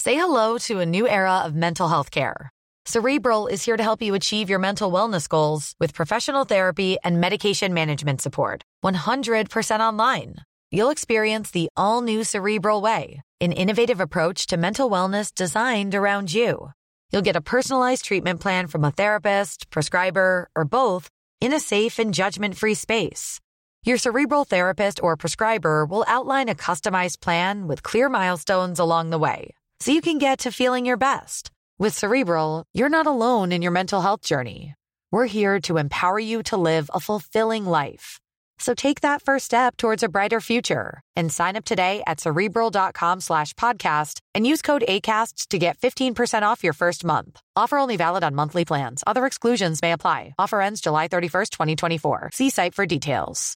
Say hello to a new era of mental health care. Cerebral is here to help you achieve your mental wellness goals with professional therapy and medication management support. 100% online. You'll experience the all-new Cerebral Way, an innovative approach to mental wellness designed around you. You'll get a personalized treatment plan from a therapist, prescriber, or both in a safe and judgment-free space. Your Cerebral therapist or prescriber will outline a customized plan with clear milestones along the way, so you can get to feeling your best. With Cerebral, you're not alone in your mental health journey. We're here to empower you to live a fulfilling life. So take that first step towards a brighter future and sign up today at Cerebral.com/podcast and use code ACAST to get 15% off your first month. Offer only valid on monthly plans. Other exclusions may apply. Offer ends July 31st, 2024. See site for details.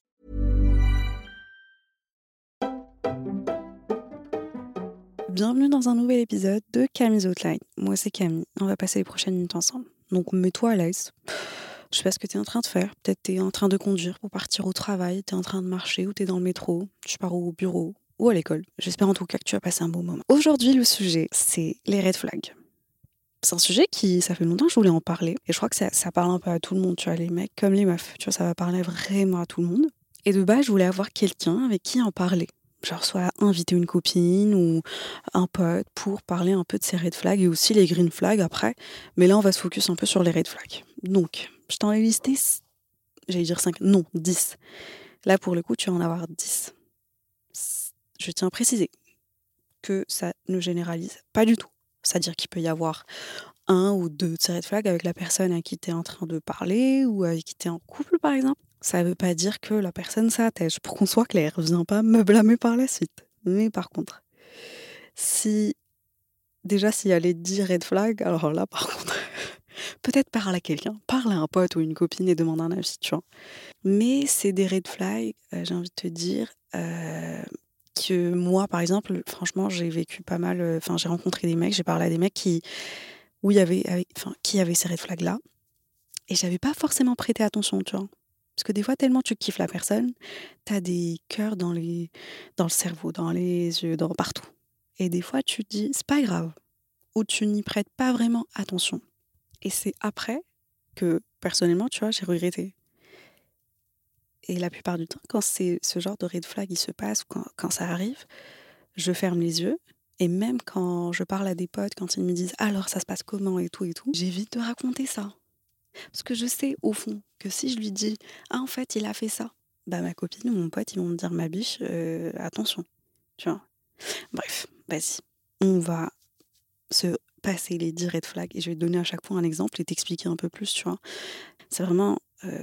Bienvenue dans un nouvel épisode de Camille's Outline. Moi c'est Camille, on va passer les prochaines minutes ensemble. Donc mets-toi à l'aise. Je sais pas ce que tu es en train de faire. Peut-être tu es en train de conduire pour partir au travail, tu es en train de marcher ou tu es dans le métro, tu pars au bureau ou à l'école. J'espère en tout cas que tu vas passer un bon moment. Aujourd'hui le sujet c'est les red flags. C'est un sujet qui, ça fait longtemps que je voulais en parler et je crois que ça parle un peu à tout le monde, tu vois, les mecs comme les meufs, tu vois, ça va parler vraiment à tout le monde. Et de base je voulais avoir quelqu'un avec qui en parler. Genre soit inviter une copine ou un pote pour parler un peu de ces red flags et aussi les green flags après. Mais là, on va se focus un peu sur les red flags. Donc, je t'en ai listé, j'allais dire 5, non, 10. Là, pour le coup, tu vas en avoir 10. Je tiens à préciser que ça ne généralise pas du tout. C'est-à-dire qu'il peut y avoir un ou deux de ces red flags avec la personne à qui tu es en train de parler ou avec qui tu es en couple, par exemple. Ça ne veut pas dire que la personne s'attèche, pour qu'on soit clair. Viens pas me blâmer par la suite. Mais par contre, s'il y a les 10 red flags, alors là, par contre, peut-être parle à quelqu'un, parle à un pote ou une copine et demande un avis, tu vois. Mais c'est des red flags, j'ai envie de te dire, que moi, par exemple, franchement, j'ai vécu pas mal... j'ai rencontré des mecs, j'ai parlé à des mecs qui avaient ces red flags-là. Et j'avais pas forcément prêté attention, tu vois. Parce que des fois, tellement tu kiffes la personne, t'as des cœurs dans le cerveau, dans les yeux, partout. Et des fois, tu te dis, c'est pas grave. Ou tu n'y prêtes pas vraiment attention. Et c'est après que, personnellement, tu vois, j'ai regretté. Et la plupart du temps, quand c'est ce genre de red flag, il se passe, ou quand ça arrive, je ferme les yeux. Et même quand je parle à des potes, quand ils me disent, alors ça se passe comment et tout, j'évite de raconter ça. Parce que je sais, au fond, que si je lui dis « Ah, en fait, il a fait ça », bah ma copine ou mon pote, ils vont me dire « Ma biche, attention », tu vois. Bref, vas-y. On va se passer les 10 red flags et je vais te donner à chaque fois un exemple et t'expliquer un peu plus, tu vois. C'est vraiment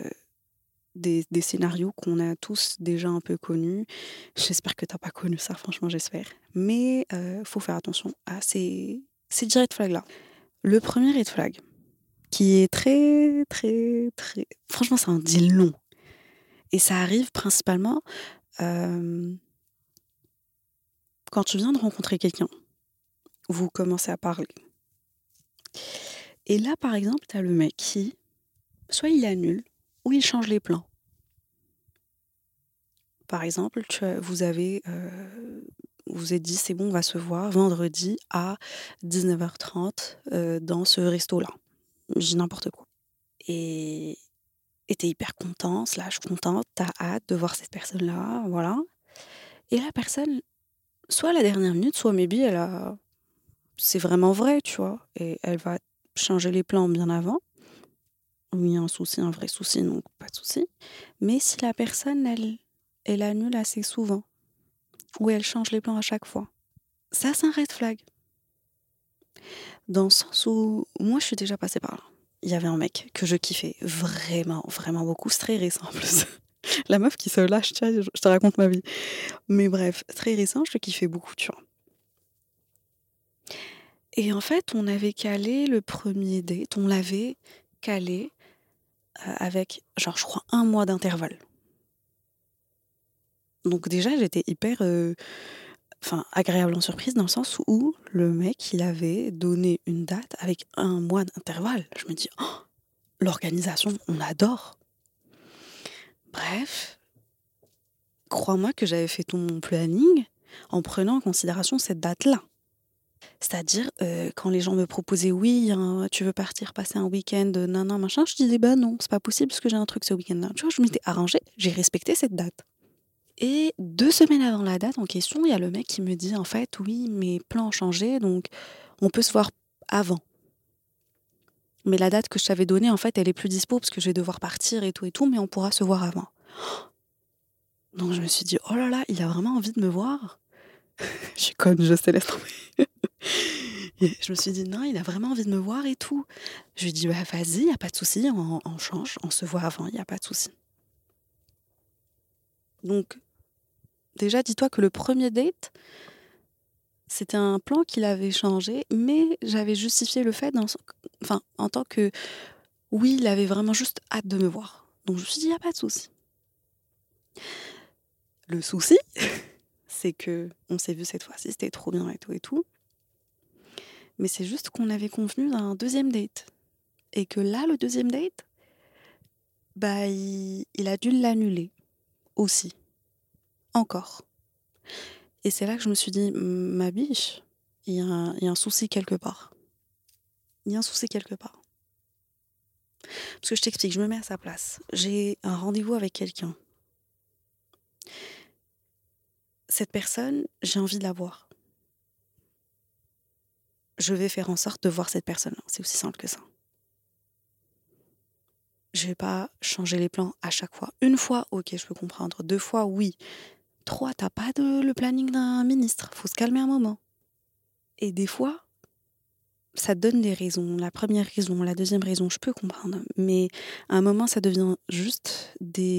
des scénarios qu'on a tous déjà un peu connus. J'espère que t'as pas connu ça, franchement, j'espère. Mais faut faire attention à ces 10 red flags-là. Le premier red flag, qui est très, très, très... Franchement, ça en dit long. Et ça arrive principalement quand tu viens de rencontrer quelqu'un. Vous commencez à parler. Et là, par exemple, tu as le mec qui, soit il annule, ou il change les plans. Par exemple, vous êtes dit, c'est bon, on va se voir vendredi à 19h30 dans ce resto-là. Je dis n'importe quoi. Et t'es hyper content, contente, t'as hâte de voir cette personne-là, voilà. Et la personne, soit à la dernière minute, soit maybe c'est vraiment vrai, tu vois. Et elle va changer les plans bien avant. Oui, un souci, un vrai souci, donc pas de souci. Mais si la personne, elle annule assez souvent, ou elle change les plans à chaque fois, ça, c'est un red flag. Dans le sens où, moi, je suis déjà passée par là. Il y avait un mec que je kiffais vraiment, vraiment beaucoup. C'est très récent en plus. La meuf qui se lâche, tu vois, je te raconte ma vie. Mais bref, très récent, je le kiffais beaucoup, tu vois. Et en fait, on avait calé le premier date, on l'avait calé avec, genre, je crois, 1 mois d'intervalle. Donc déjà, j'étais hyper agréable en surprise dans le sens où le mec, il avait donné une date avec 1 mois d'intervalle. Je me dis, oh, l'organisation, on adore. Bref, crois-moi que j'avais fait tout mon planning en prenant en considération cette date-là. C'est-à-dire, quand les gens me proposaient: «Oui, tu veux partir passer un week-end, nin nin machin», je disais: «Bah non, c'est pas possible parce que j'ai un truc ce week-end-là». Tu vois? Je m'étais arrangée, j'ai respecté cette date et 2 semaines avant la date en question, il y a le mec qui me dit: «En fait, oui, mes plans ont changé, donc on peut se voir avant. Mais la date que je t'avais donnée, en fait, elle est plus dispo parce que je vais devoir partir et tout, mais on pourra se voir avant». Donc je me suis dit: «Oh là là, il a vraiment envie de me voir?» Je suis conne, je sais, laisse tomber. Et je me suis dit: «Non, il a vraiment envie de me voir et tout». Je lui ai dit: «Bah, vas-y, y a pas de souci, on change, on se voit avant, y a pas de souci». Donc déjà, dis-toi que le premier date, c'était un plan qu'il avait changé, mais j'avais justifié le fait en tant que oui, il avait vraiment juste hâte de me voir. Donc je me suis dit: «Y a pas de souci». Le souci, c'est qu'on s'est vu cette fois-ci, c'était trop bien et tout, mais c'est juste qu'on avait convenu d'un deuxième date et que là, le deuxième date, bah, il a dû l'annuler aussi, encore. Et c'est là que je me suis dit: «Ma biche, il y a un souci quelque part. Il y a un souci quelque part». Parce que je t'explique, je me mets à sa place. J'ai un rendez-vous avec quelqu'un. Cette personne, j'ai envie de la voir. Je vais faire en sorte de voir cette personne-là. C'est aussi simple que ça. Je vais pas changer les plans à chaque fois. Une fois, OK, je peux comprendre. 2 fois, oui. 3, t'as pas le planning d'un ministre. Faut se calmer un moment. Et des fois, ça te donne des raisons. La première raison, la deuxième raison, je peux comprendre. Mais à un moment, ça devient juste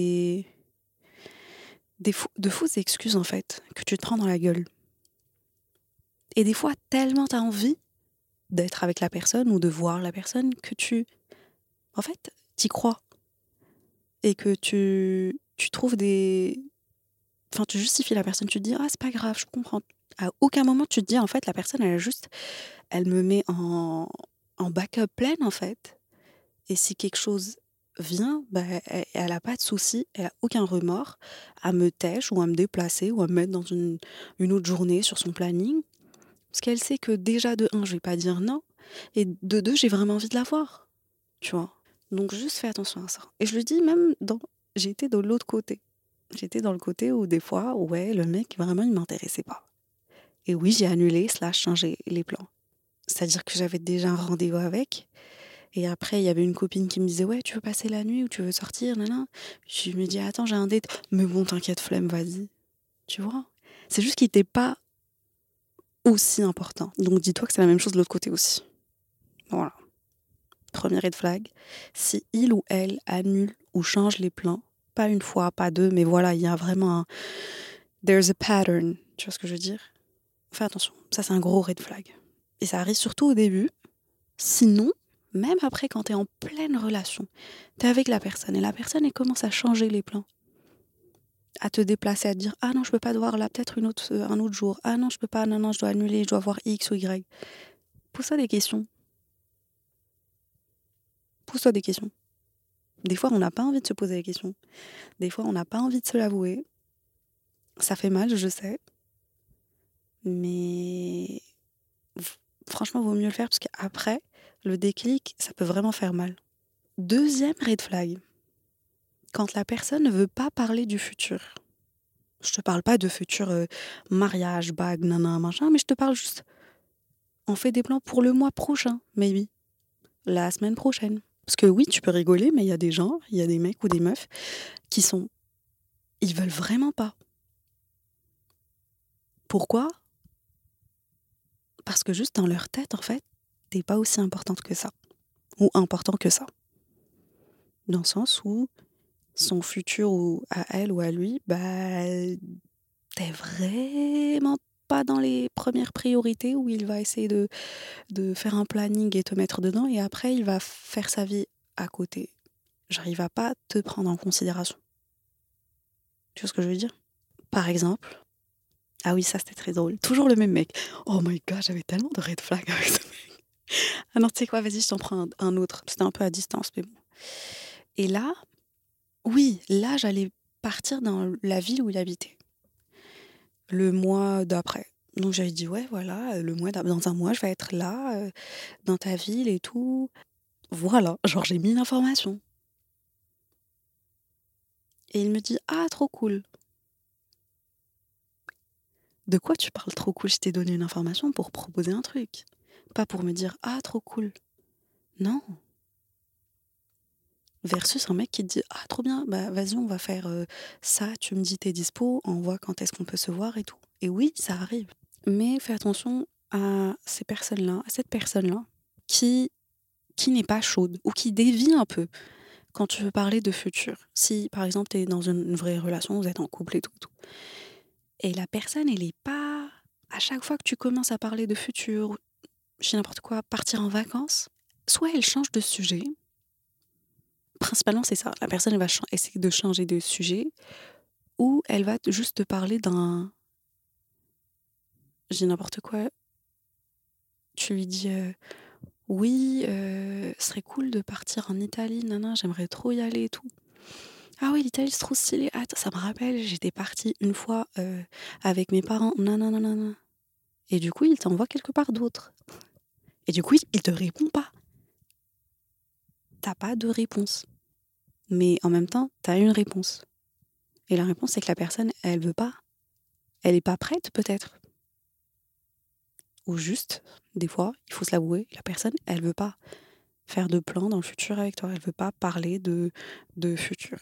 de fausses excuses, en fait, que tu te prends dans la gueule. Et des fois, tellement t'as envie d'être avec la personne ou de voir la personne que en fait, t'y crois. Et que tu trouves enfin, tu justifies la personne. Tu te dis: «Ah, c'est pas grave, je comprends». À aucun moment, tu te dis, en fait, la personne, elle me met en backup pleine, en fait. Et si quelque chose vient, bah, elle a pas de souci, elle a aucun remords à me tèche ou à me déplacer ou à me mettre dans une autre journée sur son planning. Parce qu'elle sait que déjà de un je vais pas dire non et de 2 j'ai vraiment envie de la voir, tu vois? Donc juste fais attention à ça. Et je le dis même j'ai été de l'autre côté. J'étais dans le côté où des fois, ouais, le mec vraiment il m'intéressait pas. Et oui, j'ai annulé slash changé les plans. C'est-à-dire que j'avais déjà un rendez-vous avec. Et après, il y avait une copine qui me disait: «Ouais, tu veux passer la nuit ou tu veux sortir, nin Je me dis: «Attends, j'ai un date». «Mais bon, t'inquiète, flemme, vas-y». Tu vois? C'est juste qu'il était pas aussi important. Donc dis-toi que c'est la même chose de l'autre côté aussi. Voilà. Premier red flag, si il ou elle annule ou change les plans, pas une fois, pas deux, mais voilà, il y a vraiment there's a pattern. Tu vois ce que je veux dire? Fais attention, ça c'est un gros red flag. Et ça arrive surtout au début. Sinon, même après, quand tu es en pleine relation, tu es avec la personne et la personne, elle commence à changer les plans, à te déplacer, à te dire: «Ah non, je peux pas te voir là, peut-être un autre jour. Ah non, je peux pas, non, non, je dois annuler, je dois voir X ou Y». Pose-toi des questions. Pose-toi des questions. Des fois, on n'a pas envie de se poser des questions. Des fois, on n'a pas envie de se l'avouer. Ça fait mal, je sais. Mais franchement, vaut mieux le faire parce qu'après, le déclic, ça peut vraiment faire mal. Deuxième red flag, quand la personne ne veut pas parler du futur. Je te parle pas de futur mariage, bague, nana, machin, mais je te parle juste, on fait des plans pour le mois prochain, maybe, la semaine prochaine. Parce que oui, tu peux rigoler, mais il y a des gens, il y a des mecs ou des meufs qui ils veulent vraiment pas. Pourquoi? Parce que juste dans leur tête, en fait, t'es pas aussi importante que ça. Ou important que ça. Dans le sens où son futur ou à elle ou à lui, bah, t'es vraiment pas dans les premières priorités où il va essayer de faire un planning et te mettre dedans et après il va faire sa vie à côté. Genre il va pas te prendre en considération. Tu vois ce que je veux dire? Par exemple, ah oui ça c'était très drôle, toujours le même mec. Oh my god, j'avais tellement de red flags avec ce mec. Ah non tu sais quoi, vas-y je t'en prends un autre. C'était un peu à distance mais bon. Et là, oui, là j'allais partir dans la ville où il habitait. Le mois d'après. Donc j'avais dit ouais voilà, dans un mois je vais être là, dans ta ville et tout. Voilà, genre j'ai mis l'information. Et il me dit: «Ah trop cool». De quoi tu parles trop cool? Je t'ai donné une information pour proposer un truc, pas pour me dire: «Ah trop cool». Non. Versus un mec qui te dit: «Ah trop bien, bah vas-y on va faire, ça, tu me dis tu dispo, on voit quand est-ce qu'on peut se voir et tout». Et oui, ça arrive. Mais fais attention à ces personnes-là, à cette personne-là qui qui n'est pas chaude ou qui dévie un peu quand tu veux parler de futur. Si par exemple tu es dans une vraie relation, vous êtes en couple et tout et la personne elle est pas à chaque fois que tu commences à parler de futur, je dis n'importe quoi, partir en vacances, soit elle change de sujet, principalement c'est ça, la personne elle va essayer de changer de sujet ou elle va juste te parler d'un je dis n'importe quoi, tu lui dis, «Oui, ce serait cool de partir en Italie, nin j'aimerais trop y aller et tout». «Ah oui, l'Italie, c'est trop stylé. Attends, ça me rappelle, j'étais partie une fois, avec mes parents, nin nin nin nin nin». Et du coup, il t'envoie quelque part d'autre. Et du coup, il te répond pas. Tu pas de réponse. Mais en même temps, tu as une réponse. Et la réponse, c'est que la personne, elle veut pas. Elle est pas prête, peut-être. Ou juste, des fois, il faut se l'avouer, la personne, elle veut pas faire de plan dans le futur avec toi. Elle veut pas parler de futur.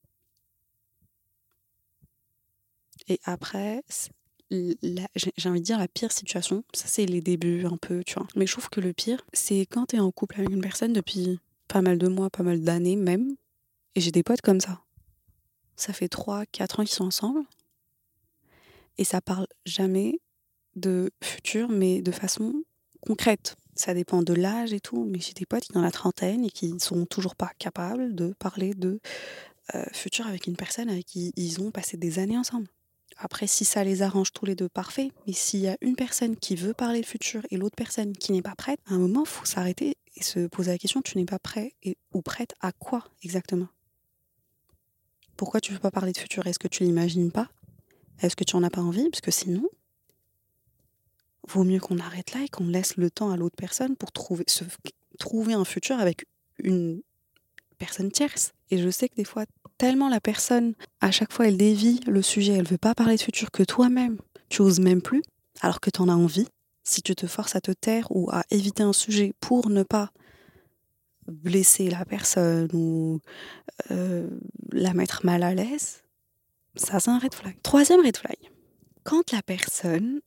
Et après, j'ai envie de dire la pire situation, ça c'est les débuts un peu, tu vois. Mais je trouve que le pire, c'est quand t'es en couple avec une personne depuis pas mal de mois, pas mal d'années même. Et j'ai des potes comme ça. Ça fait 3, 4 ans qu'ils sont ensemble. Et ça parle jamais de futur, mais de façon concrète. Ça dépend de l'âge et tout. Mais j'ai des potes qui ont la trentaine et qui sont toujours pas capables de parler de futur avec une personne avec qui ils ont passé des années ensemble. Après, si ça les arrange tous les deux, parfait. Mais s'il y a une personne qui veut parler de futur et l'autre personne qui n'est pas prête, à un moment, il faut s'arrêter et se poser la question, tu n'es pas prêt ou prête à quoi exactement? Pourquoi tu ne veux pas parler de futur? Est-ce que tu l'imagines pas? Est-ce que tu en as pas envie? Parce que sinon, vaut mieux qu'on arrête là et qu'on laisse le temps à l'autre personne pour trouver un futur avec une personne tierce. Et je sais que des fois, tellement la personne, à chaque fois, elle dévie le sujet, elle veut pas parler de futur, que toi-même, tu oses même plus, alors que tu en as envie. Si tu te forces à te taire ou à éviter un sujet pour ne pas blesser la personne ou la mettre mal à l'aise, ça c'est un red flag. Troisième red flag, quand la personne,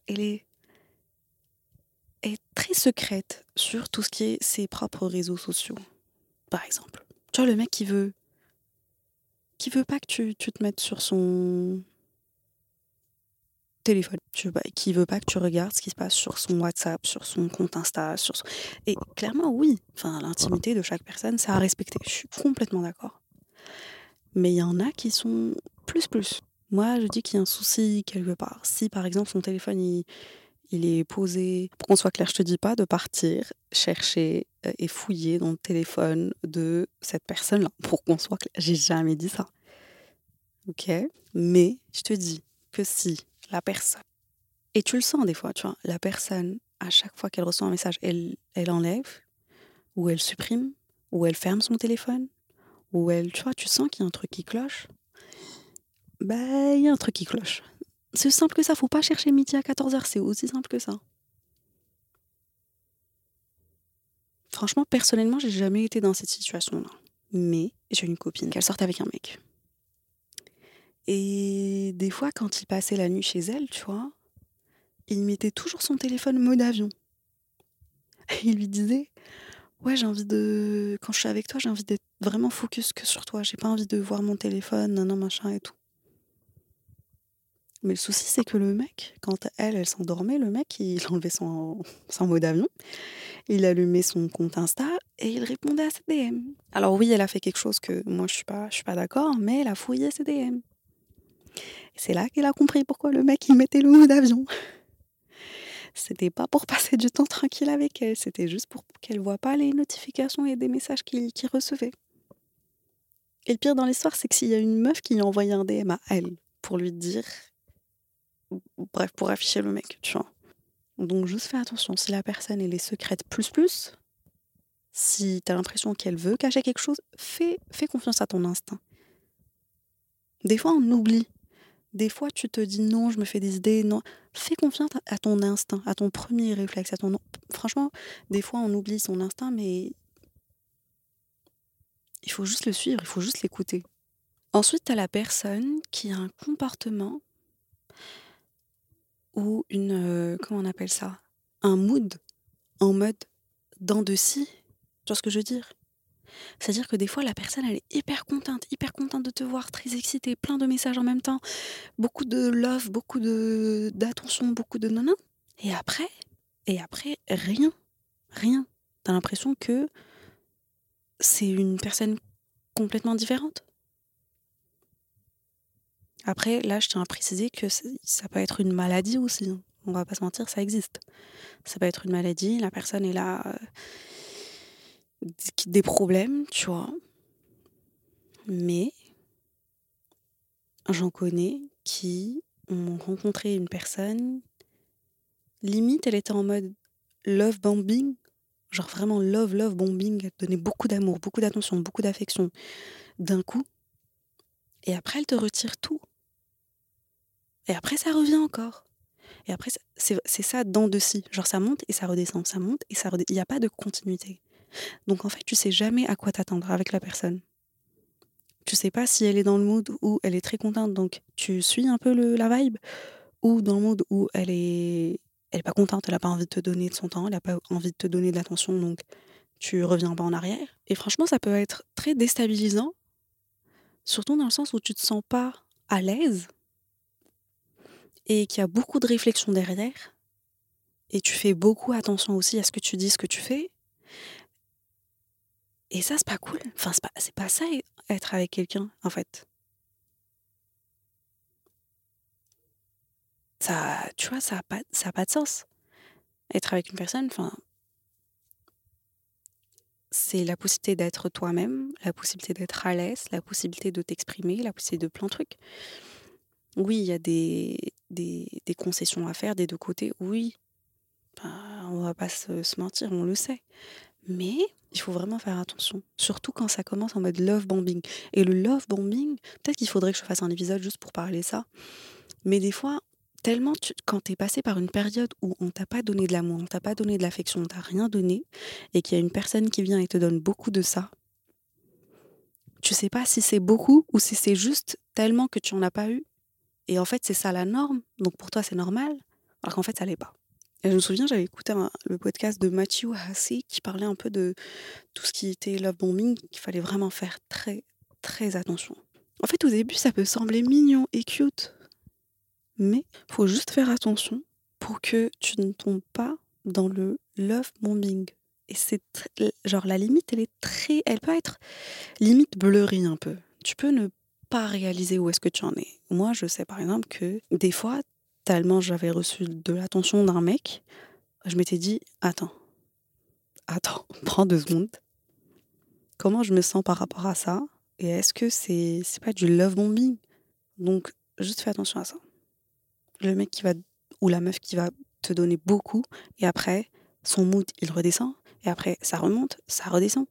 est très secrète sur tout ce qui est ses propres réseaux sociaux, par exemple. Tu vois, le mec qui veut pas que tu te mettes sur son téléphone, qui veut pas que tu regardes ce qui se passe sur son WhatsApp, sur son compte Insta, et clairement oui, enfin l'intimité de chaque personne, c'est à respecter. Je suis complètement d'accord. Mais il y en a qui sont plus. Moi, je dis qu'il y a un souci quelque part. Si par exemple son téléphone il est posé, pour qu'on soit clair, je te dis pas de partir chercher et fouiller dans le téléphone de cette personne-là. Pour qu'on soit clair, j'ai jamais dit ça. Ok? Mais je te dis que si la personne, et tu le sens des fois, tu vois, la personne, à chaque fois qu'elle reçoit un message, elle enlève, ou elle supprime, ou elle ferme son téléphone, ou tu vois, tu sens qu'il y a un truc qui cloche. Bah, il y a un truc qui cloche. C'est aussi simple que ça, faut pas chercher midi à 14h, c'est aussi simple que ça. Franchement, personnellement, j'ai jamais été dans cette situation-là. Mais j'ai une copine, qu'elle sorte avec un mec. Et des fois, quand il passait la nuit chez elle, tu vois, il mettait toujours son téléphone mode avion. Et il lui disait: «Ouais, quand je suis avec toi, j'ai envie d'être vraiment focus que sur toi. J'ai pas envie de voir mon téléphone, nan machin et tout». Mais le souci, c'est que le mec, quand elle s'endormait, le mec, il enlevait son mode avion, il allumait son compte Insta et il répondait à ses DM. Alors oui, elle a fait quelque chose que moi, je suis pas d'accord, mais elle a fouillé ses DM. Et c'est là qu'elle a compris pourquoi le mec, il mettait le mode avion. C'était pas pour passer du temps tranquille avec elle, c'était juste pour qu'elle voit pas les notifications et des messages qu'il recevait. Et le pire dans l'histoire, c'est que s'il y a une meuf qui lui a envoyé un DM à elle pour lui dire bref, pour afficher le mec, tu vois. Donc juste fais attention, si la personne elle est secrète si t'as l'impression qu'elle veut cacher quelque chose, fais confiance à ton instinct. Des fois on oublie, des fois tu te dis non, je me fais des idées, non. Fais confiance à ton instinct, à ton premier réflexe, Franchement, des fois on oublie son instinct, mais il faut juste le suivre, il faut juste l'écouter. Ensuite, t'as la personne qui a un comportement ou comment on appelle ça? Un mood en mode dents de scie. Tu vois ce que je veux dire? C'est-à-dire que des fois, la personne, elle est hyper contente de te voir, très excitée, plein de messages en même temps, beaucoup de love, beaucoup d'attention, beaucoup de nanan. Et après, rien, rien. T'as l'impression que c'est une personne complètement différente. Après, là, je tiens à préciser que ça peut être une maladie aussi, hein. On va pas se mentir, ça existe. Ça peut être une maladie, la personne est là, des problèmes, tu vois. Mais j'en connais qui ont rencontré une personne, limite, elle était en mode love bombing, genre vraiment love bombing, elle te donnait beaucoup d'amour, beaucoup d'attention, beaucoup d'affection d'un coup, et après elle te retire tout. Et après ça revient encore. Et après, c'est ça dents de scie. Genre ça monte et ça redescend, ça monte et ça redescend. Il n'y a pas de continuité. Donc en fait, tu sais jamais à quoi t'attendre avec la personne. Tu sais pas si elle est dans le mood où elle est très contente, donc tu suis un peu la vibe, ou dans le mood où elle est pas contente, elle a pas envie de te donner de son temps, elle a pas envie de te donner de l'attention, donc tu reviens pas en arrière. Et franchement, ça peut être très déstabilisant, surtout dans le sens où tu te sens pas à l'aise et qu'il y a beaucoup de réflexion derrière. Et tu fais beaucoup attention aussi à ce que tu dis, ce que tu fais. Et ça, c'est pas cool. Enfin, c'est pas ça, être avec quelqu'un, en fait. Ça, tu vois, ça a pas de sens. Être avec une personne, enfin, c'est la possibilité d'être toi-même, la possibilité d'être à l'aise, la possibilité de t'exprimer, la possibilité de plein de trucs. Oui, il y a des concessions à faire des deux côtés, oui. Ben, on va pas se mentir, on le sait. Mais il faut vraiment faire attention, surtout quand ça commence en mode love bombing. Et le love bombing, peut-être qu'il faudrait que je fasse un épisode juste pour parler ça. Mais des fois, tellement quand t'es passé par une période où on t'a pas donné de l'amour, on t'a pas donné de l'affection, on t'a rien donné, et qu'il y a une personne qui vient et te donne beaucoup de ça, tu sais pas si c'est beaucoup ou si c'est juste tellement que tu en as pas eu. Et en fait, c'est ça la norme. Donc pour toi, c'est normal, alors qu'en fait, ça l'est pas. Et je me souviens, j'avais écouté le podcast de Matthew Hussey qui parlait un peu de tout ce qui était love bombing, qu'il fallait vraiment faire très, très attention. En fait, au début, ça peut sembler mignon et cute, mais faut juste faire attention pour que tu ne tombes pas dans le love bombing. Et genre la limite, elle peut être limite blurry un peu. Tu peux ne pas réaliser où est-ce que tu en es. Moi, je sais par exemple que des fois, tellement j'avais reçu de l'attention d'un mec, je m'étais dit, attends, prends 2 secondes. Comment je me sens par rapport à ça? Et est-ce que c'est pas du love bombing? Donc, juste fais attention à ça. Le mec ou la meuf qui va te donner beaucoup, et après, son mood, il redescend, et après, ça remonte, ça redescend.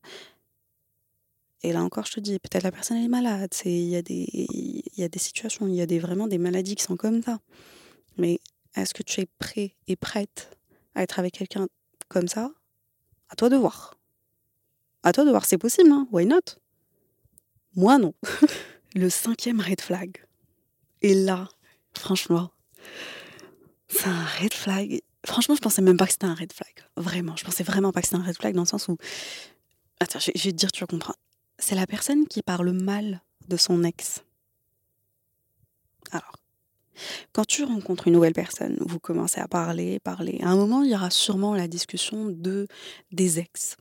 Et là encore, je te dis, peut-être la personne elle est malade, il y a des situations, il y a vraiment des maladies qui sont comme ça. Mais est-ce que tu es prêt et prête à être avec quelqu'un comme ça? À toi de voir. À toi de voir, c'est possible, hein? Why not? Moi, non. Le 5e red flag. Et là, franchement, c'est un red flag. Franchement, je pensais même pas que c'était un red flag. Vraiment, je pensais vraiment pas que c'était un red flag dans le sens où... Attends, je vais te dire, tu vas comprendre. C'est la personne qui parle mal de son ex. Alors, quand tu rencontres une nouvelle personne, vous commencez à parler. À un moment, il y aura sûrement la discussion des ex.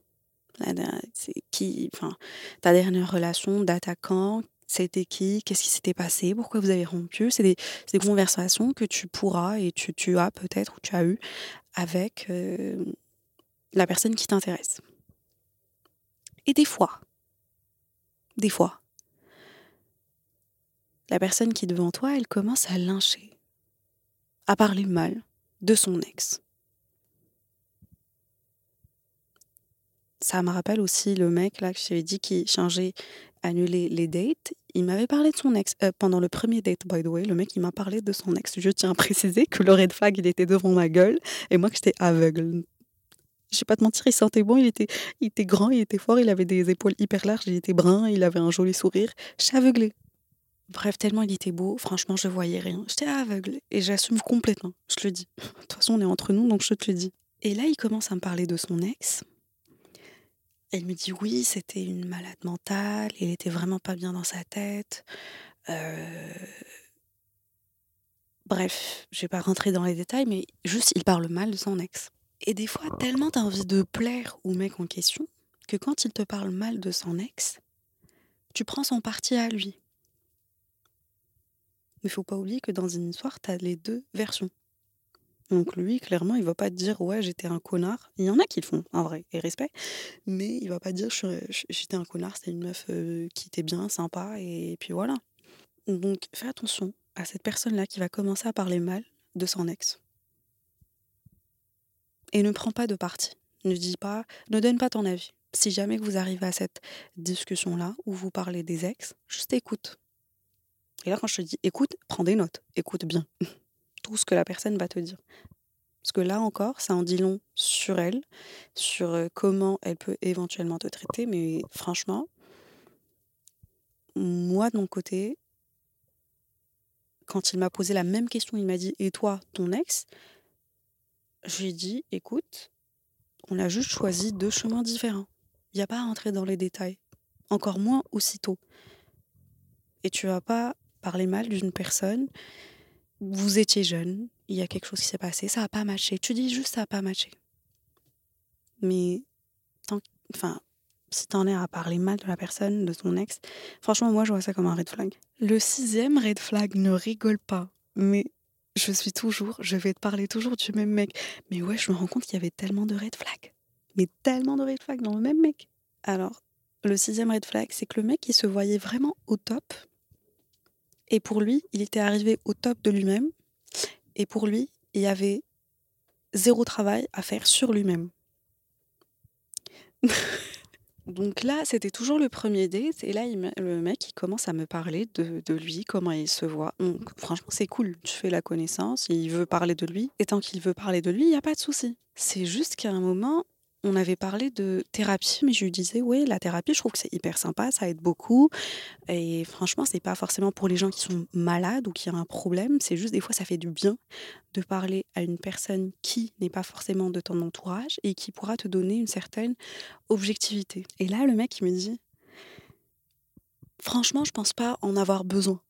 Ta dernière relation, d'attaquant, c'était qui? Qu'est-ce qui s'était passé? Pourquoi vous avez rompu? C'est des conversations que tu pourras et tu as peut-être ou tu as eu avec la personne qui t'intéresse. Et des fois, la personne qui est devant toi, elle commence à lyncher. à parler mal de son ex. Ça me rappelle aussi le mec là que je t'avais dit qui changeait, annulait les dates. Il m'avait parlé de son ex pendant le premier date, by the way. Le mec, il m'a parlé de son ex. Je tiens à préciser que le red flag, il était devant ma gueule et moi que j'étais aveugle. Je vais pas te mentir, il sentait bon, il était grand, il était fort, il avait des épaules hyper larges, il était brun, il avait un joli sourire. J'étais aveuglée. Bref, tellement il était beau, franchement, je voyais rien. J'étais aveugle et j'assume complètement, je te le dis. De toute façon, on est entre nous, donc je te le dis. Et là, il commence à me parler de son ex. Elle me dit oui, c'était une malade mentale, il était vraiment pas bien dans sa tête. Euh, Bref, je vais pas rentrer dans les détails, mais juste il parle mal de son ex. Et des fois, tellement t'as envie de plaire au mec en question que quand il te parle mal de son ex, tu prends son parti à lui. Mais faut pas oublier que dans une histoire, t'as les deux versions. Donc lui, clairement, il va pas te dire ouais, j'étais un connard. Il y en a qui le font, en vrai, et respect. Mais il va pas dire j'étais un connard, c'était une meuf qui était bien, sympa, et puis voilà. Donc fais attention à cette personne-là qui va commencer à parler mal de son ex. Et ne prends pas de parti. Ne donne pas ton avis. Si jamais que vous arrivez à cette discussion-là où vous parlez des ex, juste écoute. Et là, quand je te dis écoute, prends des notes. Écoute bien tout ce que la personne va te dire. Parce que là encore, ça en dit long sur elle, sur comment elle peut éventuellement te traiter. Mais franchement, moi, de mon côté, quand il m'a posé la même question, il m'a dit « Et toi, ton ex ?» Je lui ai dit « Écoute, on a juste choisi deux chemins différents. Il n'y a pas à entrer dans les détails. Encore moins aussitôt. Et tu vas pas parler mal d'une personne. Vous étiez jeune, il y a quelque chose qui s'est passé, ça n'a pas matché. Tu dis juste ça n'a pas matché. Mais si t'en es à parler mal de la personne, de ton ex, franchement, moi, je vois ça comme un red flag. Le 6e red flag, ne rigole pas. Mais je vais te parler toujours du même mec. Mais ouais, je me rends compte qu'il y avait tellement de red flags. Mais tellement de red flags dans le même mec. Alors, le 6e red flag, c'est que le mec, il se voyait vraiment au top. Et pour lui, il était arrivé au top de lui-même. Et pour lui, il y avait zéro travail à faire sur lui-même. Donc là, c'était toujours le premier date. Et là, le mec, il commence à me parler de lui, comment il se voit. Donc, franchement, c'est cool. Tu fais la connaissance, il veut parler de lui. Et tant qu'il veut parler de lui, il n'y a pas de souci. C'est juste qu'à un moment, on avait parlé de thérapie, mais je lui disais, oui, la thérapie, je trouve que c'est hyper sympa, ça aide beaucoup. Et franchement, c'est pas forcément pour les gens qui sont malades ou qui ont un problème. C'est juste des fois, ça fait du bien de parler à une personne qui n'est pas forcément de ton entourage et qui pourra te donner une certaine objectivité. Et là, le mec, il me dit, franchement, je pense pas en avoir besoin.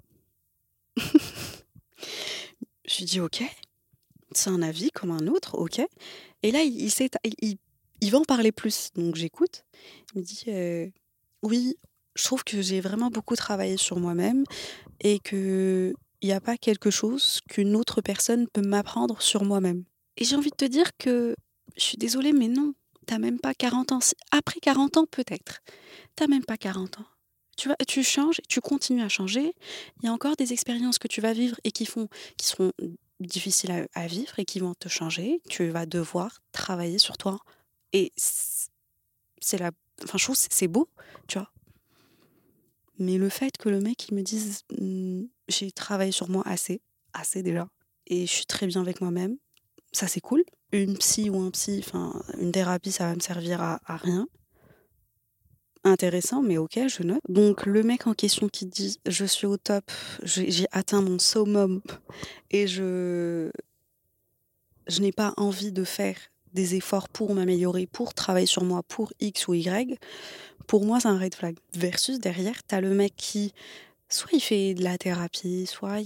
Je lui dis, ok, c'est un avis comme un autre, ok. Et là, il va en parler plus, donc j'écoute. Il me dit, oui, je trouve que j'ai vraiment beaucoup travaillé sur moi-même et que il n'y a pas quelque chose qu'une autre personne peut m'apprendre sur moi-même. Et j'ai envie de te dire que je suis désolée, mais non, t'as même pas 40 ans. Après 40 ans, peut-être. T'as même pas 40 ans. Tu changes, tu continues à changer. Il y a encore des expériences que tu vas vivre et qui seront difficiles à vivre et qui vont te changer. Tu vas devoir travailler sur toi. Et c'est la... Enfin, je trouve que c'est beau, tu vois. Mais le fait que le mec il me dise j'ai travaillé sur moi assez déjà, et je suis très bien avec moi-même, ça c'est cool. Une psy ou un psy, enfin une thérapie, ça va me servir à rien. Intéressant, mais ok, je note. Donc le mec en question qui dit je suis au top, j'ai atteint mon summum et je n'ai pas envie de faire des efforts pour m'améliorer, pour travailler sur moi, pour X ou Y, pour moi c'est un red flag. Versus derrière, t'as le mec qui soit il fait de la thérapie, soit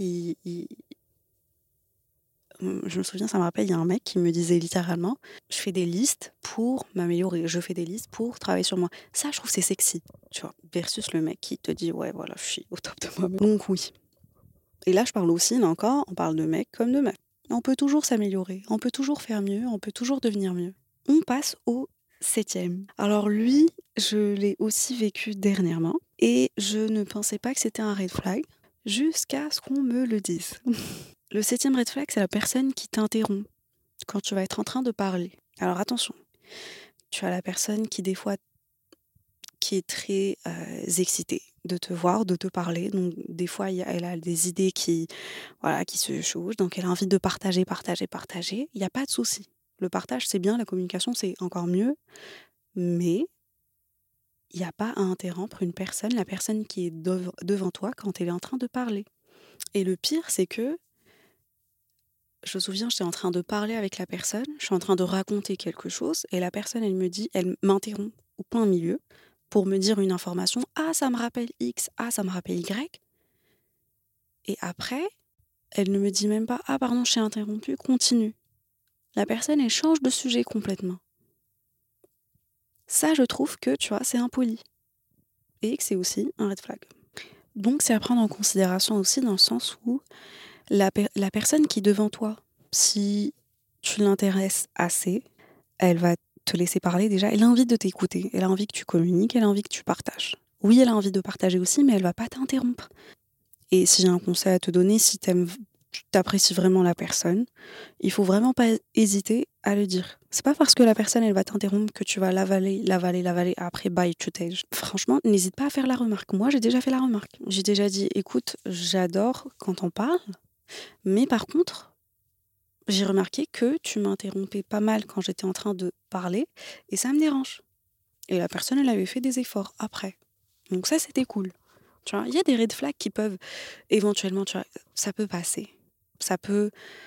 je me souviens, ça me rappelle, il y a un mec qui me disait littéralement je fais des listes pour m'améliorer, je fais des listes pour travailler sur moi. Ça, je trouve c'est sexy, tu vois, versus le mec qui te dit ouais, voilà, je suis au top de moi-même. Donc oui. Et là, je parle aussi, là encore, on parle de mec comme de meuf. On peut toujours s'améliorer, on peut toujours faire mieux, on peut toujours devenir mieux. On passe au 7e. Alors lui, je l'ai aussi vécu dernièrement et je ne pensais pas que c'était un red flag jusqu'à ce qu'on me le dise. Le 7e red flag, c'est la personne qui t'interrompt quand tu vas être en train de parler. Alors attention, tu as la personne qui des fois qui est très excitée de te voir, de te parler. Donc des fois, elle a des idées qui se chauffent. Donc elle a envie de partager. Il n'y a pas de souci. Le partage, c'est bien. La communication, c'est encore mieux. Mais il n'y a pas à interrompre la personne qui est devant toi quand elle est en train de parler. Et le pire, c'est que je me souviens, j'étais en train de parler avec la personne, je suis en train de raconter quelque chose, et la personne, elle m'interrompt au plein milieu pour me dire une information. Ah, ça me rappelle X, ah, ça me rappelle Y. Et après, elle ne me dit même pas, ah, pardon, je t'ai interrompu, continue. La personne, elle change de sujet complètement. Ça, je trouve que, tu vois, c'est impoli. Et que c'est aussi un red flag. Donc, c'est à prendre en considération aussi dans le sens où la personne qui est devant toi, si tu l'intéresses assez, elle va te laisser parler déjà. Elle a envie de t'écouter, elle a envie que tu communiques, elle a envie que tu partages. Oui, elle a envie de partager aussi, mais elle va pas t'interrompre. Et si j'ai un conseil à te donner, si tu apprécies vraiment la personne, il faut vraiment pas hésiter à le dire. C'est pas parce que la personne elle va t'interrompre que tu vas l'avaler, après bye, tu t'aiges. Franchement, n'hésite pas à faire la remarque. Moi, j'ai déjà fait la remarque. J'ai déjà dit, écoute, j'adore quand on parle, mais par contre, j'ai remarqué que tu m'interrompais pas mal quand j'étais en train de parler et ça me dérange. Et la personne, elle avait fait des efforts après. Donc ça, c'était cool. Tu vois, il y a des red flags qui peuvent éventuellement, tu vois, ça peut passer. Ça peut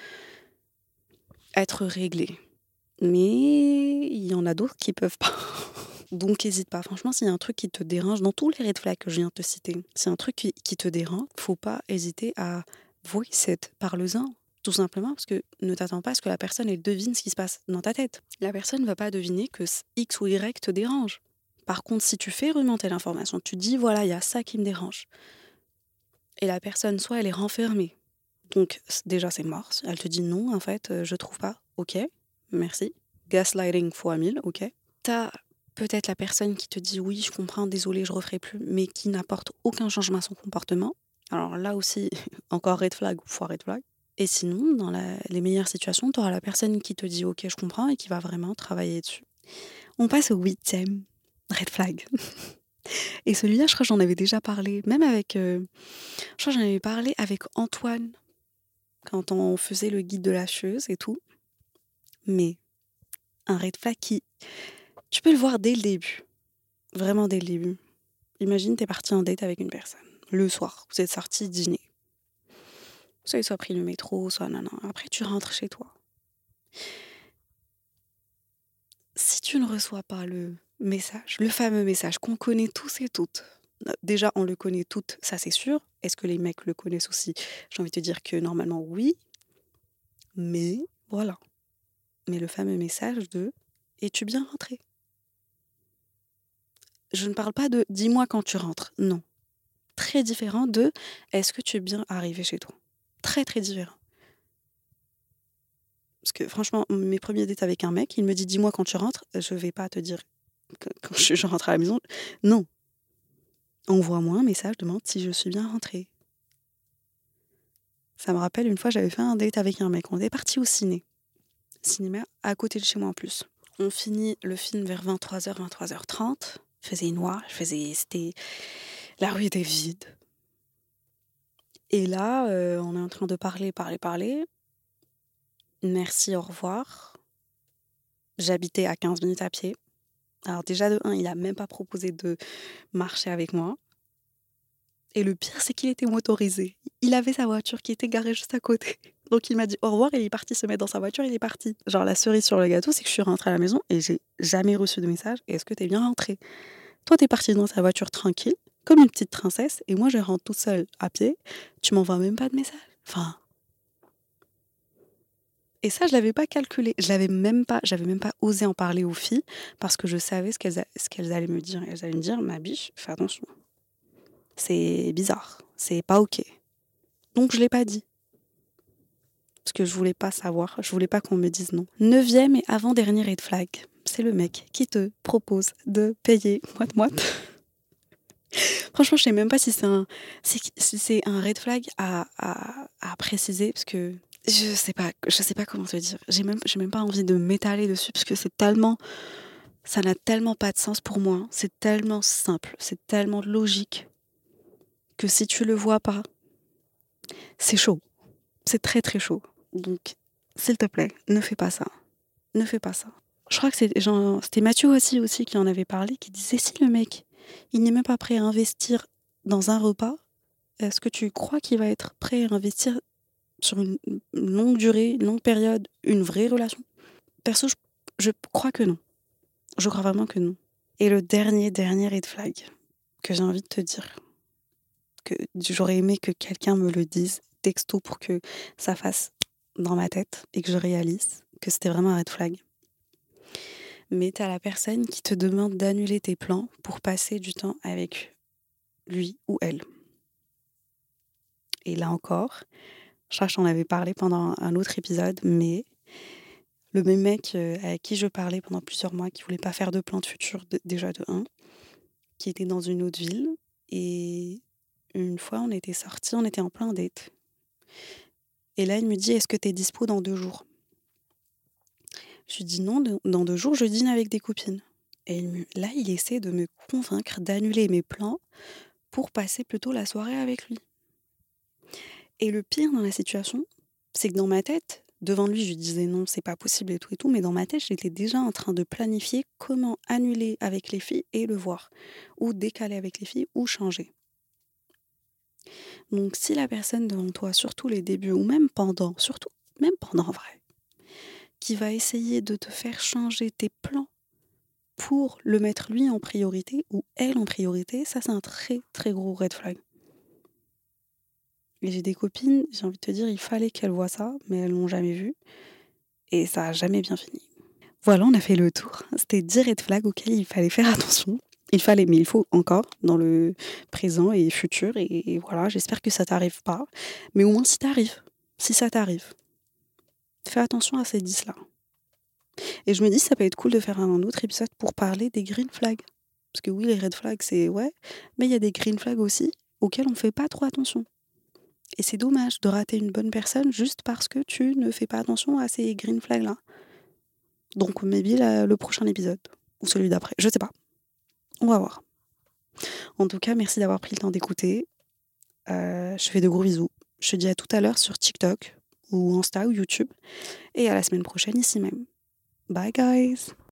être réglé. Mais il y en a d'autres qui peuvent pas. Donc n'hésite pas. Franchement, s'il y a un truc qui te dérange, dans tous les red flags que je viens de te citer, s'il y a un truc qui te dérange, faut pas hésiter à voice it, parle-en. Tout simplement parce que ne t'attends pas à ce que la personne elle devine ce qui se passe dans ta tête. La personne ne va pas deviner que X ou Y te dérange. Par contre, si tu fais remonter l'information, tu dis voilà, il y a ça qui me dérange. Et la personne, soit elle est renfermée. Donc déjà c'est mort. Elle te dit non, en fait, je trouve pas. Ok, merci. Gaslighting fois 1000, ok. T'as peut-être la personne qui te dit oui, je comprends, désolé, je referai plus, mais qui n'apporte aucun changement à son comportement. Alors là aussi, encore red flag ou fois red flag. Et sinon, dans les meilleures situations, tu auras la personne qui te dit ok, je comprends et qui va vraiment travailler dessus. On passe au 8e red flag. Et celui-là, je crois que j'en avais déjà parlé, même avec... je crois que j'en avais parlé avec Antoine, quand on faisait le guide de la cheuse et tout. Mais un red flag qui... Tu peux le voir dès le début. Vraiment dès le début. Imagine, t'es parti en date avec une personne. Le soir, vous êtes sortis dîner. Vous avez soit pris le métro, soit non. Après, tu rentres chez toi. Si tu ne reçois pas le message, le fameux message qu'on connaît tous et toutes, déjà on le connaît toutes, ça c'est sûr. Est-ce que les mecs le connaissent aussi? J'ai envie de te dire que normalement oui, mais voilà. Mais le fameux message de « Es-tu bien rentré ?» Je ne parle pas de « Dis-moi quand tu rentres », non. Très différent de « Est-ce que tu es bien arrivé chez toi ?» Très très différent. Parce que franchement, mes premiers dates avec un mec, il me dit « Dis-moi quand tu rentres », je vais pas te dire quand je rentre à la maison. Non. Envoie-moi un message, demande si je suis bien rentrée. Ça me rappelle une fois, j'avais fait un date avec un mec. On était parti au cinéma à côté de chez moi en plus. On finit le film vers 23h, 23h30. Il faisait noir, la rue était vide. Et là, on est en train de parler. Merci, au revoir. J'habitais à 15 minutes à pied. Alors déjà, de 1, il a même pas proposé de marcher avec moi. Et le pire, c'est qu'il était motorisé. Il avait sa voiture qui était garée juste à côté. Donc il m'a dit au revoir, il est parti se mettre dans sa voiture, il est parti. Genre la cerise sur le gâteau, c'est que je suis rentrée à la maison et j'ai jamais reçu de message. Est-ce que t'es bien rentrée? Toi, t'es partie dans ta voiture tranquille, comme une petite princesse, et moi, je rentre toute seule à pied. Tu m'envoies même pas de message. Enfin... Et ça, je l'avais pas calculé. J'avais même pas osé en parler aux filles parce que je savais ce qu'elles allaient me dire. Elles allaient me dire, ma biche, fais attention. C'est bizarre. C'est pas ok. Donc, je l'ai pas dit. Parce que je voulais pas savoir. Je voulais pas qu'on me dise non. 9e et avant-dernier red flag. C'est le mec qui te propose de payer moite-moite. Franchement, je sais même pas si si c'est un red flag à préciser parce que je sais pas comment te dire. J'ai même pas envie de m'étaler dessus parce que ça n'a tellement pas de sens pour moi. C'est tellement simple, c'est tellement logique que si tu le vois pas, c'est chaud. C'est très très chaud. Donc, s'il te plaît, ne fais pas ça. Ne fais pas ça. Je crois que c'était Mathieu aussi qui en avait parlé, qui disait si le mec, il n'est même pas prêt à investir dans un repas, est-ce que tu crois qu'il va être prêt à investir sur une longue durée, une longue période, une vraie relation? Perso, je crois que non. Je crois vraiment que non. Et le dernier red flag que j'ai envie de te dire, que j'aurais aimé que quelqu'un me le dise texto pour que ça fasse dans ma tête et que je réalise que c'était vraiment un red flag. Mais t'as la personne qui te demande d'annuler tes plans pour passer du temps avec lui ou elle. Et là encore, je crois que j'en avais parlé pendant un autre épisode, mais le même mec avec qui je parlais pendant plusieurs mois, qui voulait pas faire de plan de futur déjà de 1, qui était dans une autre ville. Et une fois, on était sortis, on était en plein date. Et là, il me dit, est-ce que t'es dispo dans 2 jours? Je lui dis non, dans 2 jours, je dîne avec des copines. Et là, il essaie de me convaincre d'annuler mes plans pour passer plutôt la soirée avec lui. Et le pire dans la situation, c'est que dans ma tête, devant lui, je lui disais non, c'est pas possible et tout, mais dans ma tête, j'étais déjà en train de planifier comment annuler avec les filles et le voir, ou décaler avec les filles, ou changer. Donc si la personne devant toi, surtout les débuts, ou même pendant, surtout même pendant en vrai, qui va essayer de te faire changer tes plans pour le mettre lui en priorité ou elle en priorité, ça c'est un très très gros red flag. Et j'ai des copines, j'ai envie de te dire, il fallait qu'elles voient ça, mais elles l'ont jamais vu. Et ça a jamais bien fini. Voilà, on a fait le tour. C'était 10 red flags auxquels il fallait faire attention. Mais il faut encore dans le présent et futur. Et voilà, j'espère que ça t'arrive pas. Mais au moins si ça t'arrive, fais attention à ces 10-là. Et je me dis, ça peut être cool de faire un autre épisode pour parler des green flags. Parce que oui, les red flags, c'est ouais, mais il y a des green flags aussi auxquels on ne fait pas trop attention. Et c'est dommage de rater une bonne personne juste parce que tu ne fais pas attention à ces green flags-là. Donc maybe le prochain épisode, ou celui d'après, je sais pas. On va voir. En tout cas, merci d'avoir pris le temps d'écouter. Je te fais de gros bisous. Je te dis à tout à l'heure sur TikTok, ou Insta, ou YouTube. Et à la semaine prochaine ici même. Bye guys!